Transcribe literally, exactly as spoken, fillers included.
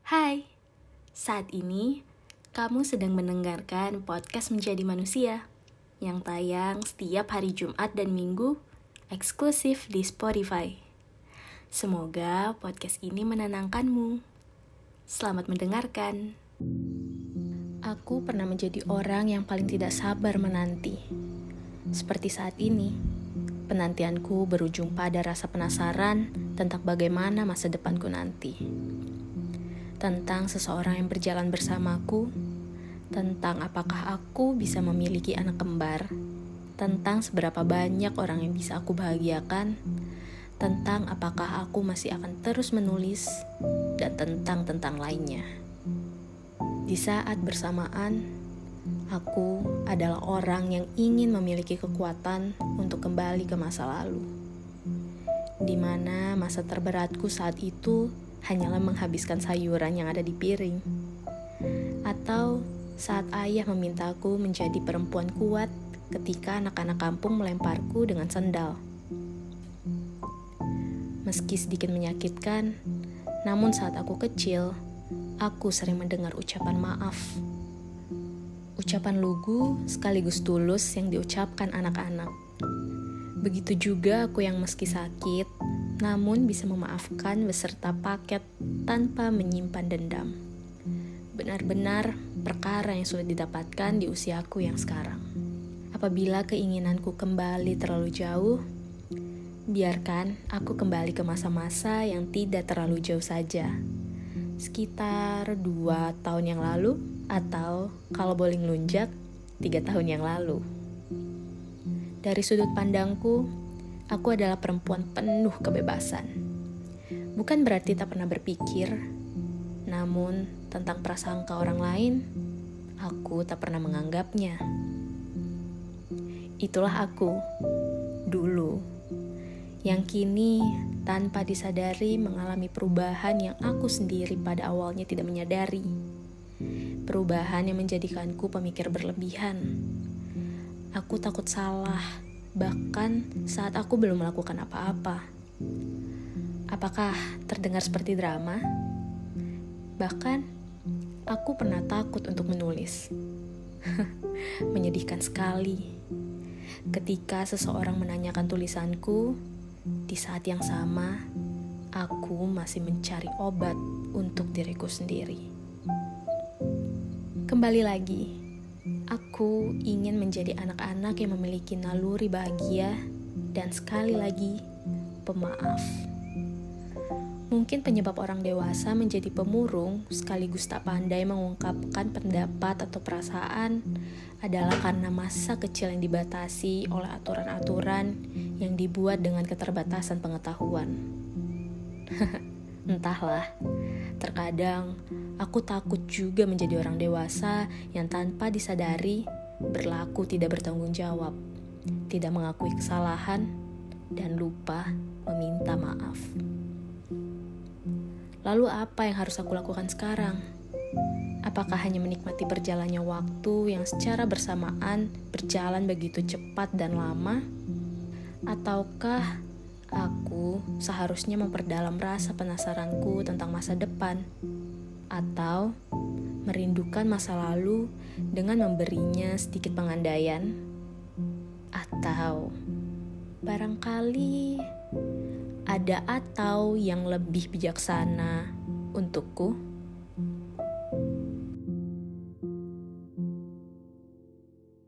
Hai, saat ini kamu sedang mendengarkan podcast Menjadi Manusia yang tayang setiap hari Jumat dan Minggu eksklusif di Spotify. Semoga podcast ini menenangkanmu. Selamat mendengarkan. Aku pernah menjadi orang yang paling tidak sabar menanti. Seperti saat ini, penantianku berujung pada rasa penasaran tentang bagaimana masa depanku nanti. Tentang seseorang yang berjalan bersamaku, tentang apakah aku bisa memiliki anak kembar, tentang seberapa banyak orang yang bisa aku bahagiakan, tentang apakah aku masih akan terus menulis, dan tentang-tentang lainnya. Di saat bersamaan, aku adalah orang yang ingin memiliki kekuatan untuk kembali ke masa lalu, di mana masa terberatku saat itu hanyalah menghabiskan sayuran yang ada di piring. Atau saat ayah memintaku menjadi perempuan kuat ketika anak-anak kampung melemparku dengan sendal. Meski sedikit menyakitkan, namun saat aku kecil, aku sering mendengar ucapan maaf. Ucapan lugu sekaligus tulus yang diucapkan anak-anak. Begitu juga aku yang meski sakit, namun bisa memaafkan beserta paket tanpa menyimpan dendam. Benar-benar perkara yang sulit didapatkan di usiaku yang sekarang. Apabila keinginanku kembali terlalu jauh, biarkan aku kembali ke masa-masa yang tidak terlalu jauh saja. Sekitar dua tahun yang lalu, atau kalau boleh ngelunjak, tiga tahun yang lalu. Dari sudut pandangku, aku adalah perempuan penuh kebebasan. Bukan berarti tak pernah berpikir, namun tentang prasangka orang lain, aku tak pernah menganggapnya. Itulah aku, dulu, yang kini tanpa disadari mengalami perubahan yang aku sendiri pada awalnya tidak menyadari. Perubahan yang menjadikanku pemikir berlebihan. Aku takut salah, bahkan saat aku belum melakukan apa-apa. Apakah terdengar seperti drama? Bahkan, aku pernah takut untuk menulis. Menyedihkan sekali. Ketika seseorang menanyakan tulisanku, di saat yang sama, aku masih mencari obat untuk diriku sendiri. Kembali lagi. Aku ingin menjadi anak-anak yang memiliki naluri bahagia dan sekali lagi, pemaaf. Mungkin penyebab orang dewasa menjadi pemurung sekaligus tak pandai mengungkapkan pendapat atau perasaan adalah karena masa kecil yang dibatasi oleh aturan-aturan yang dibuat dengan keterbatasan pengetahuan. Entahlah. Terkadang, aku takut juga menjadi orang dewasa yang tanpa disadari berlaku tidak bertanggung jawab, tidak mengakui kesalahan, dan lupa meminta maaf. Lalu apa yang harus aku lakukan sekarang? Apakah hanya menikmati berjalannya waktu yang secara bersamaan berjalan begitu cepat dan lama? Ataukah aku seharusnya memperdalam rasa penasaranku tentang masa depan, atau merindukan masa lalu dengan memberinya sedikit pengandaian, atau barangkali ada atau yang lebih bijaksana untukku.